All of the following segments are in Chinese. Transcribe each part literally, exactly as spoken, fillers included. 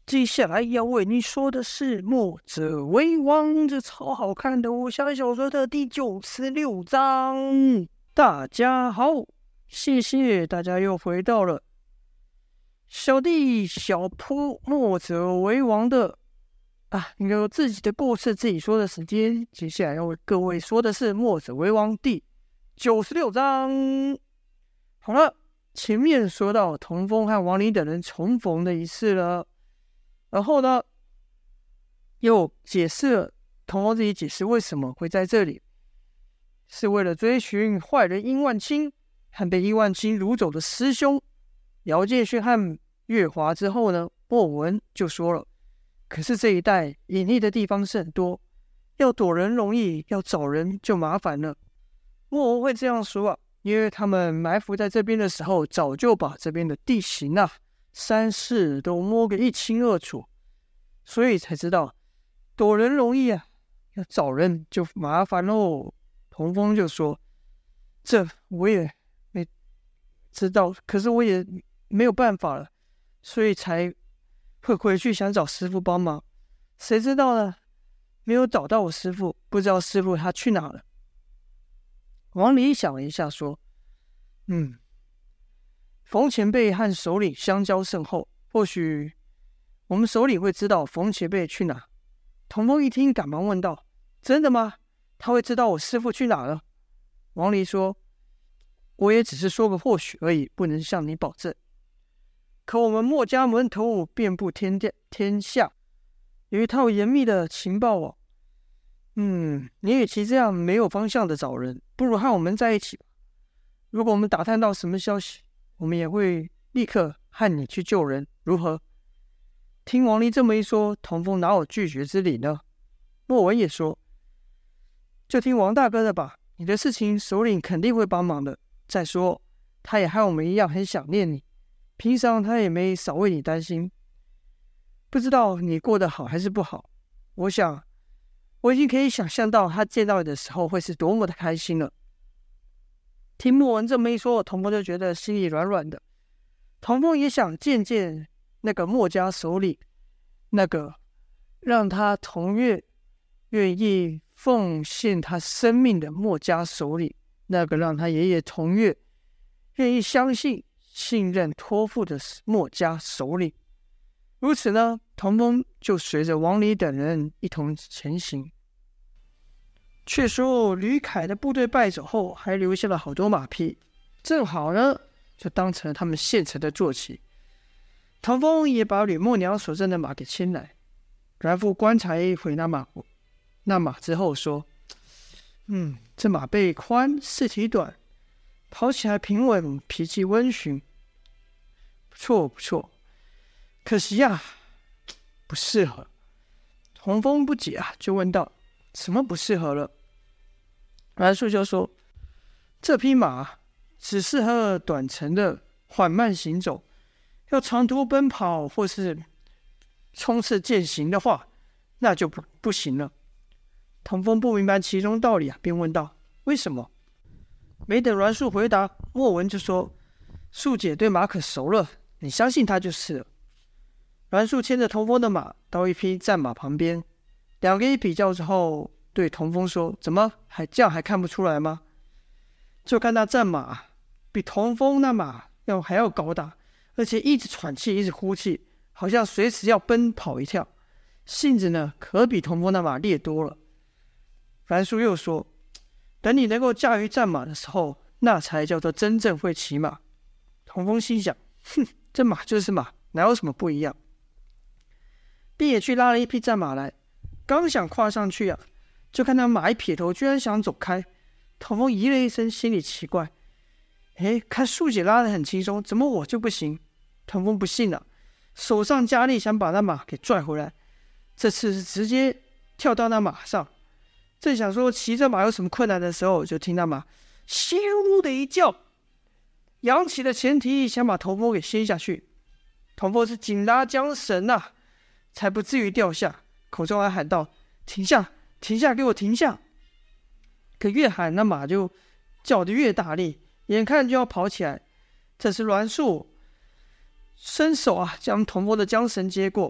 接下来要为你说的是《墨者为王》，这超好看的武侠小说的第九十六章。大家好，谢谢大家又回到了小弟小铺墨者为王的啊，应该有自己的故事自己说的时间。接下来要为各位说的是《墨者为王》第九十六章。好了，前面说到童风和王离等人重逢的一次了。然后呢，又解释了童风自己解释为什么会在这里，是为了追寻坏人殷万清和被殷万清掳走的师兄姚建勋和月华。之后呢，莫文就说了，可是这一带隐匿的地方是很多，要躲人容易，要找人就麻烦了。莫文会这样说啊，因为他们埋伏在这边的时候，早就把这边的地形啊山势都摸个一清二楚，所以才知道躲人容易啊，要找人就麻烦喽。童风就说，这我也没知道，可是我也没有办法了，所以才会回去想找师父帮忙。谁知道呢，没有找到我师父，不知道师父他去哪了。王离想了一下说，嗯冯前辈和首领相交甚厚，或许我们首领会知道冯前辈去哪。童风一听，赶忙问道，真的吗？他会知道我师父去哪了？王离说，我也只是说个或许而已，不能向你保证。可我们墨家门徒遍布天天下，有一套严密的情报网。嗯，你与其这样没有方向的找人，不如和我们在一起吧。如果我们打探到什么消息，我们也会立刻和你去救人，如何？听王离这么一说，童风哪有拒绝之理呢？莫文也说，就听王大哥的吧，你的事情首领肯定会帮忙的。再说，他也和我们一样很想念你，平常他也没少为你担心，不知道你过得好还是不好。我想，我已经可以想象到他见到你的时候会是多么的开心了。听莫文这么一说，童风就觉得心里软软的。童风也想见见那个墨家首领，那个让他同月愿意奉献他生命的墨家首领，那个让他爷爷同月愿意相信、信任、托付的墨家首领。如此呢，童风就随着王离等人一同前行。却说吕凯的部队败走后，还留下了好多马匹，正好呢，就当成了他们现成的坐骑。童风也把吕默娘所赠的马给牵来，然后观察一回那马那马之后说，嗯，这马背宽，四蹄短，跑起来平稳，脾气温驯，不错不错。可惜呀、啊，不适合。童风不解啊，就问道，什么不适合了？栾树就说，这匹马只适合短程的缓慢行走，要长途奔跑或是冲刺健行的话，那就 不, 不行了。童风不明白其中道理啊，便问道，为什么？没等栾树回答，莫文就说，树姐对马可熟了，你相信她就是了。栾树牵着童风的马到一匹战马旁边，两个一比较之后，对童风说，怎么还这样还看不出来吗？就看那战马比童风那马要还要高大，而且一直喘气一直呼气，好像随时要奔跑一跳，性子呢可比童风那马烈多了。栾树又说，等你能够驾驭战马的时候，那才叫做真正会骑马。童风心想，哼，这马就是马，哪有什么不一样？便也去拉了一匹战马来，刚想跨上去啊，就看那马一撇头，居然想走开。童风咦了一声，心里奇怪，诶，看树姐拉得很轻松，怎么我就不行？童风不信了、啊，手上加力想把那马给拽回来，这次是直接跳到那马上。正想说骑着马有什么困难的时候，就听那马咻的一叫，扬起了前蹄，想把童风给掀下去。童风是紧拉缰绳啊，才不至于掉下，口中还喊道，停下停下，给我停下。可越喊那马就叫得越大力，眼看就要跑起来。这时栾树伸手啊，将童风的缰绳接过，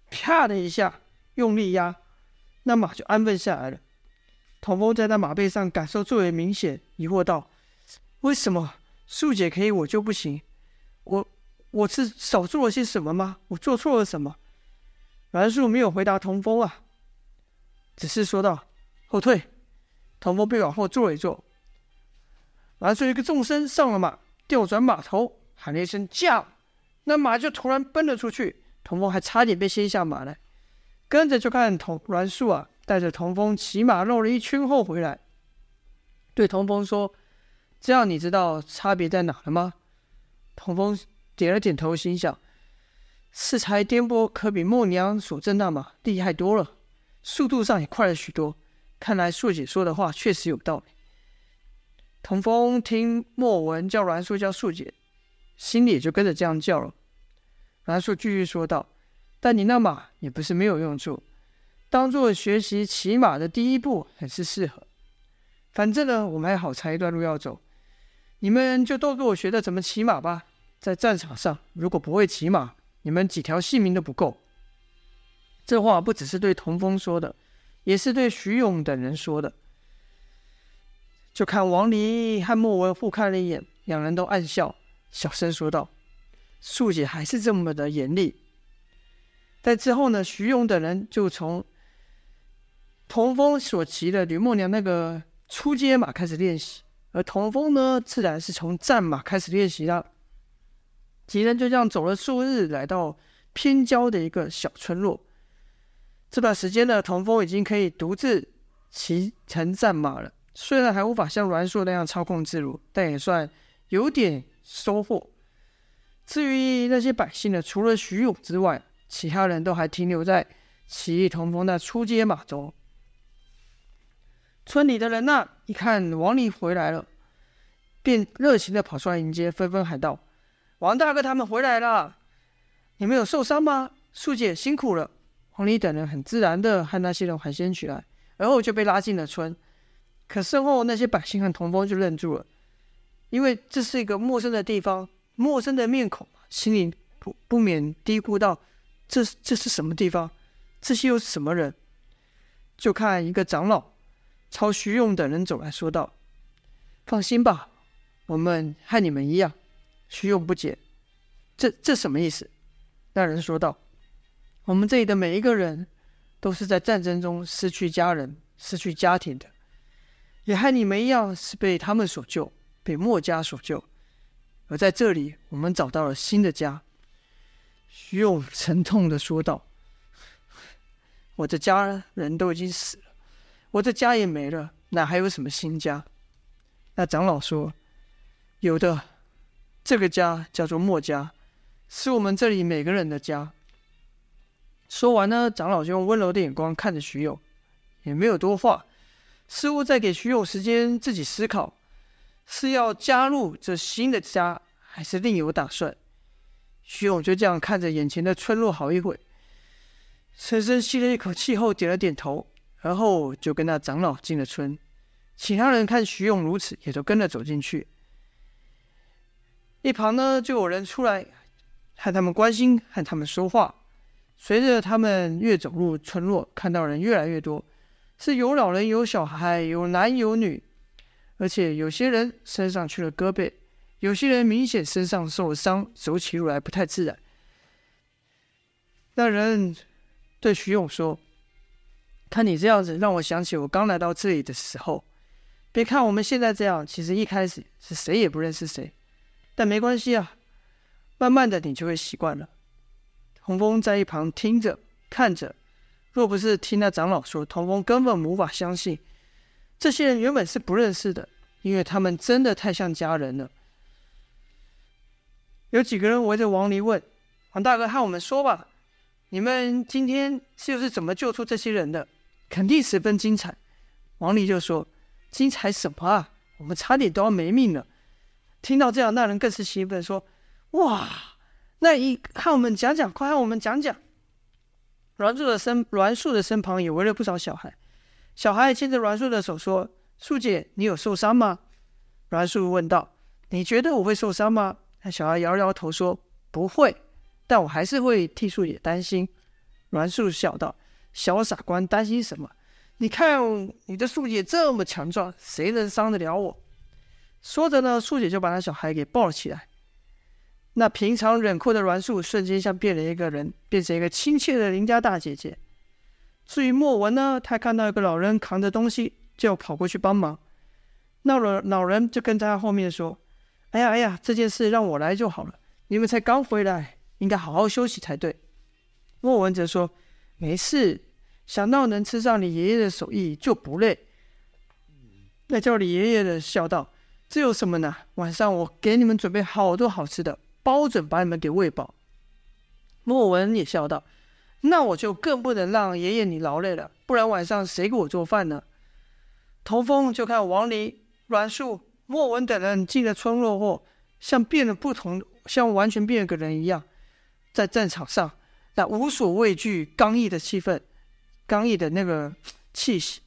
啪的一下用力压，那马就安分下来了。童风在那马背上感受最为明显，疑惑道：为什么素姐可以我就不行？我我是少做了些什么吗？我做错了什么？栾树没有回答童风啊，只是说道：后退。童风便往后坐了一坐。栾树一个纵身上了马，调转马头，喊了一声驾，那马就突然奔了出去。童风还差点被掀下马来，跟着就看童栾树啊带着童风骑马绕了一圈后回来，对童风说：这样你知道差别在哪了吗？童风点了点头，心想：四才颠簸可比默娘所赠那马厉害多了，速度上也快了许多。看来素姐说的话确实有道理。童风听默文叫栾树叫素姐，心里也就跟着这样叫了。栾树继续说道：但你那马也不是没有用处，当做学习骑马的第一步很是适合。反正呢，我们还好长一段路要走，你们就都给我学着怎么骑马吧。在战场上，如果不会骑马，你们几条性命都不够。这话不只是对童风说的，也是对徐勇等人说的。就看王离和莫文互看了一眼，两人都暗笑，小声说道：素姐还是这么的严厉。在之后呢，徐勇等人就从童风所骑的吕默娘那个初阶马开始练习，而童风呢，自然是从战马开始练习的。几人就这样走了数日，来到偏郊的一个小村落。这段时间呢，童风已经可以独自骑乘战马了，虽然还无法像栾树那样操控自如，但也算有点收获。至于那些百姓呢，除了徐勇之外，其他人都还停留在骑童风的初阶马中。村里的人呢、啊，一看王离回来了，便热情的跑出来迎接，纷纷喊道：王大哥他们回来了，你们有受伤吗？素姐辛苦了。王离等人很自然的和那些人寒暄起来，而后就被拉进了村。可身后那些百姓和童风就愣住了，因为这是一个陌生的地方，陌生的面孔，心里 不, 不免嘀咕道：这这是什么地方？这些又是什么人？就看一个长老朝徐勇等人走来说道：放心吧，我们和你们一样。徐勇不解，这这什么意思？那人说道：我们这里的每一个人都是在战争中失去家人、失去家庭的，也和你们一样是被他们所救，被墨家所救。而在这里，我们找到了新的家。徐勇沉痛地说道：我的家人都已经死了，我的家也没了，哪还有什么新家？那长老说：有的，这个家叫做墨家，是我们这里每个人的家。说完呢，长老就用温柔的眼光看着徐勇，也没有多话，似乎在给徐勇时间自己思考，是要加入这新的家，还是另有打算。徐勇就这样看着眼前的村落好一会，深深吸了一口气后点了点头，然后就跟那长老进了村。其他人看徐勇如此，也都跟着走进去。一旁呢，就有人出来和他们关心，和他们说话。随着他们越走入村落，看到人越来越多，是有老人有小孩，有男有女，而且有些人身上缺了胳膊，有些人明显身上受了伤，走起路来不太自然。那人对徐勇说：看你这样子，让我想起我刚来到这里的时候。别看我们现在这样，其实一开始是谁也不认识谁，但没关系啊，慢慢的你就会习惯了。童风在一旁听着看着，若不是听那长老说，童风根本无法相信这些人原本是不认识的，因为他们真的太像家人了。有几个人围着王离问：王大哥和我们说吧，你们今天又是怎么救出这些人的？肯定十分精彩。王离就说：精彩什么啊，我们差点都要没命了。听到这样，那人更是兴奋说：哇，那你和我们讲讲，快和我们讲讲。栾树的身栾树的身旁也围了不少小孩，小孩牵着栾树的手说：树姐，你有受伤吗？栾树问道：你觉得我会受伤吗？那小孩摇摇头说：不会，但我还是会替树姐担心。 栾树笑道：“小傻瓜，担心什么？你看你的树姐这么强壮，谁能伤得了我？”说着呢，树姐就把那小孩给抱了起来。那平常冷酷的栾树瞬间像变了一个人，变成一个亲切的邻家大姐姐。至于莫文呢，他看到一个老人扛着东西，就跑过去帮忙。那老人就跟在他后面说：“哎呀哎呀，这件事让我来就好了，你们才刚回来，应该好好休息才对。”莫文则说：“没事，想到能吃上你爷爷的手艺就不累。”那叫李爷爷的笑道：“这有什么呢？晚上我给你们准备好多好吃的，包准把你们给喂饱。”莫文也笑道：“那我就更不能让爷爷你劳累了，不然晚上谁给我做饭呢？”童风就看王林、栾树、莫文等人进了村落后，像变了不同，像完全变了个人一样，在战场上那无所畏惧、刚毅的气氛、刚毅的那个气息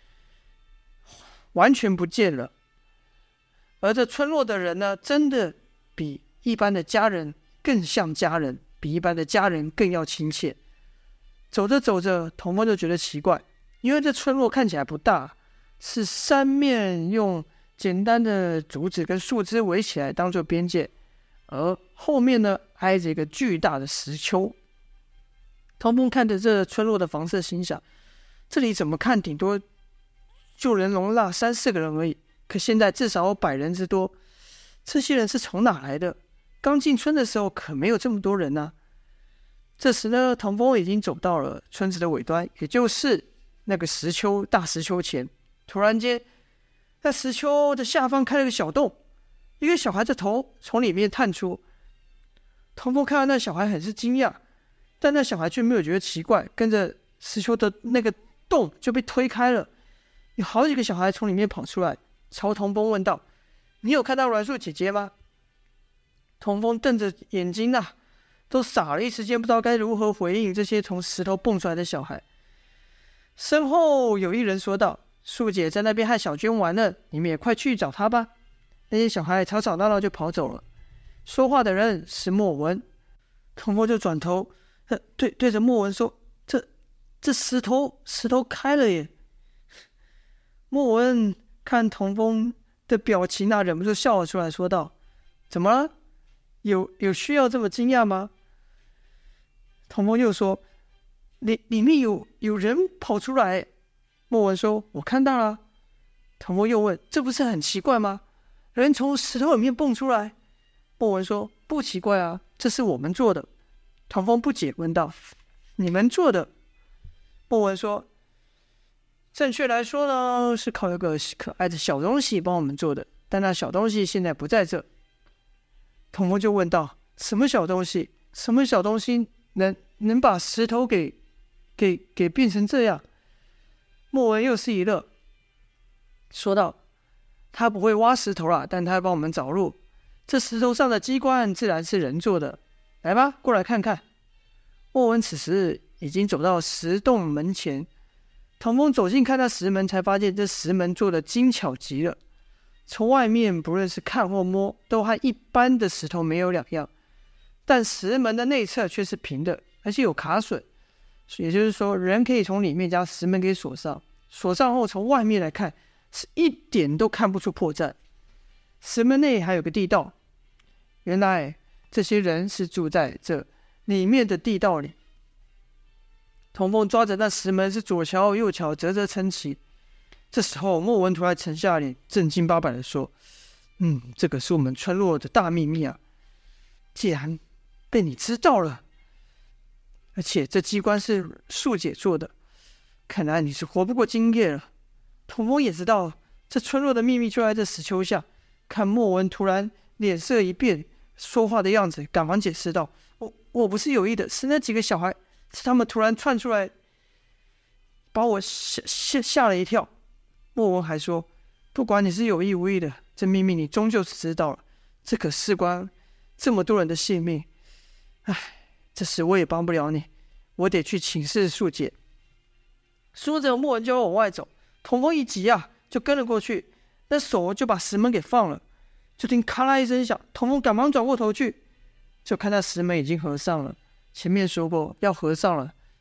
完全不见了。而这村落的人呢，真的比一般的家人更像家人，比一般的家人更要亲切。走着走着，童风就觉得奇怪，因为这村落看起来不大，是三面用简单的竹子跟树枝围起来当做边界，而后面呢挨着一个巨大的石丘。童风看着这村落的房舍，心想：这里怎么看顶多就能容纳三四个人而已，可现在至少有百人之多，这些人是从哪来的？刚进村的时候可没有这么多人啊。这时呢，童风已经走到了村子的尾端，也就是那个石丘大石丘前。突然间，在石丘的下方开了个小洞，一个小孩的头从里面探出。童风看到那小孩很是惊讶，但那小孩却没有觉得奇怪，跟着石丘的那个洞就被推开了。有好几个小孩从里面跑出来，朝童风问道：“你有看到栾树姐姐吗？”童风瞪着眼睛啊，都傻了，一时间不知道该如何回应这些从石头蹦出来的小孩。身后有一人说道：“树姐在那边和小娟玩了，你们也快去找她吧。”那些小孩吵吵闹闹就跑走了。说话的人是莫文。童风就转头，呃、对对着莫文说：“这这石头石头开了耶！”莫文看童风的表情啊，忍不住笑了出来，说道：“怎么了？有有需要这么惊讶吗？”童风又说：“里里面有有人跑出来。”莫文说：“我看到了。”童风又问：“这不是很奇怪吗？人从石头里面蹦出来。”莫文说：“不奇怪啊，这是我们做的。”童风不解问道：“你们做的？”莫文说：“正确来说呢，是靠一个可爱的小东西帮我们做的，但那小东西现在不在这。”童风就问道：“什么小东西？什么小东西能能把石头给给给变成这样？”莫文又是一乐，说道：“他不会挖石头啦，但他会帮我们找路。这石头上的机关自然是人做的。来吧，过来看看。”莫文此时已经走到石洞门前，童风走近看那石门，才发现这石门做的精巧极了。从外面不论是看或摸，都和一般的石头没有两样，但石门的内侧却是平的，而且有卡榫，也就是说，人可以从里面将石门给锁上，锁上后从外面来看，是一点都看不出破绽。石门内还有个地道，原来这些人是住在这里面的地道里。童风抓着那石门，是左瞧右瞧，啧啧称奇。这时候，莫文突然沉下脸，正经八百的说：“嗯，这个是我们村落的大秘密啊！既然被你知道了，而且这机关是树姐做的，看来你是活不过今夜了。”童风也知道这村落的秘密就在这石丘下，看莫文突然脸色一变，说话的样子，赶忙解释道：“我我不是有意的，是那几个小孩，是他们突然窜出来，把我吓吓吓了一跳。”莫文还说：“不管你是有意无意的，这秘密你终究是知道了，这可事关这么多人的性命。唉，这时我也帮不了你，我得去请示树姐。”说着，莫文就要往外走，童风一急啊，就跟了过去，那手就把石门给放了。就听咔啦一声响，童风赶忙转过头去，就看那石门已经合上了。前面说过要合上了，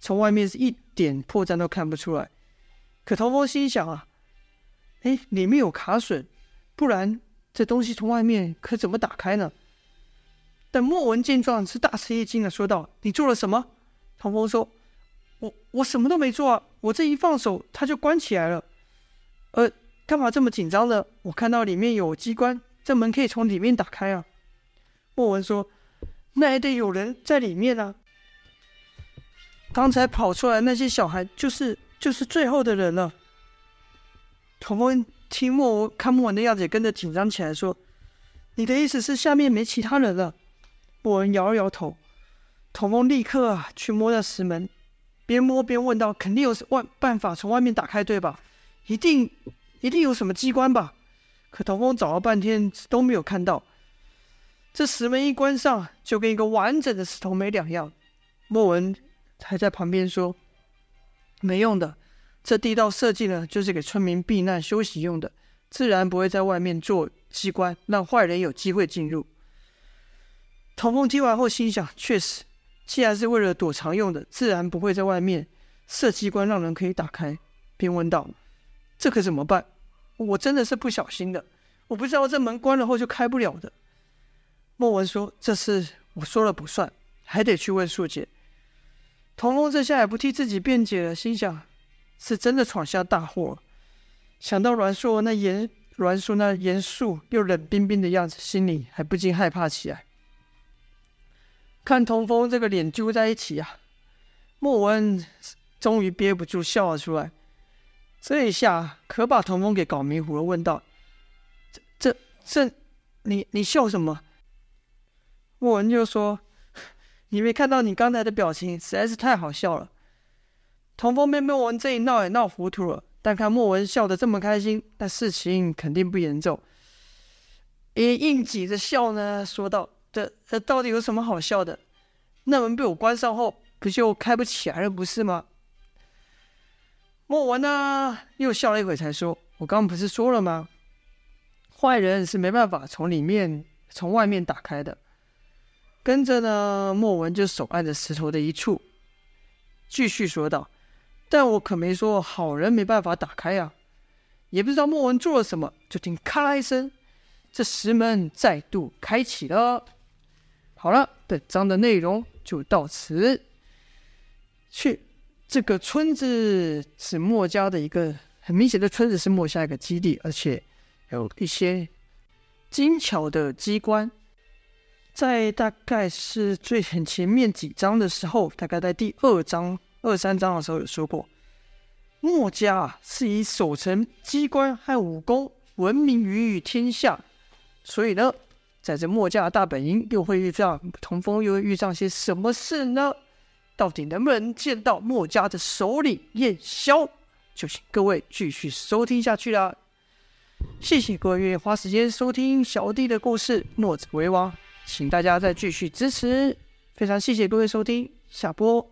从外面是一点破绽都看不出来。可童风心想啊，哎，里面有卡榫，不然这东西从外面可怎么打开呢？但莫文见状是大吃一惊的说道：“你做了什么？”童风说：“我我什么都没做啊，我这一放手，它就关起来了。呃，干嘛这么紧张呢？我看到里面有机关，这门可以从里面打开啊。”莫文说：“那也得有人在里面啊。刚才跑出来那些小孩，就是就是最后的人了。”童风听莫文看莫文的样子，也跟着紧张起来，说：“你的意思是下面没其他人了？”莫文摇了摇头。童风立刻啊去摸那石门，边摸边问道：“肯定有外办法从外面打开，对吧？一定一定有什么机关吧？”可童风找了半天都没有看到。这石门一关上，就跟一个完整的石头没两样。莫文还在旁边说：“没用的，这地道设计呢，就是给村民避难休息用的，自然不会在外面做机关，让坏人有机会进入。”童风听完后心想，确实，既然是为了躲藏用的，自然不会在外面设机关让人可以打开，便问道：“这可怎么办？我真的是不小心的，我不知道这门关了后就开不了的。”莫文说：“这事我说了不算，还得去问素姐。”童风这下也不替自己辩解了，心想是真的闯下大祸了。想到栾树那严栾树那严肃又冷冰冰的样子，心里还不禁害怕起来。看童风这个脸揪在一起啊，莫文终于憋不住笑了出来。这一下可把童风给搞迷糊了，问道：“这这这，你你笑什么？”莫文就说：“你没看到你刚才的表情，实在是太好笑了。”童风被莫文这一闹也闹糊涂了，但看莫文笑得这么开心，那事情肯定不严重，也硬挤着笑呢，说道：“这这到底有什么好笑的？那门被我关上后，不就开不起来了，不是吗？”莫文呢，又笑了一会才说：“我刚刚不是说了吗？坏人是没办法从里面、从外面打开的。”跟着呢，莫文就手按着石头的一处，继续说道：“但我可没说好人没办法打开啊。”也不知道莫文做了什么，就听咔啦一声，这石门再度开启了。好了，本章的内容就到此。去这个村子是墨家的一个很明显的村子，是墨家一个基地，而且有一些精巧的机关。在大概是最很前面几章的时候，大概在第二章、二三章的时候有说过，墨家啊是以守城机关和武功闻名于天下，所以呢，在这墨家的大本营又会遇上童风，又会遇上些什么事呢？到底能不能见到墨家的首领燕萧？就请各位继续收听下去啦。谢谢各位愿意花时间收听小弟的故事《墨者为王》。请大家再继续支持，非常谢谢各位收听，下播。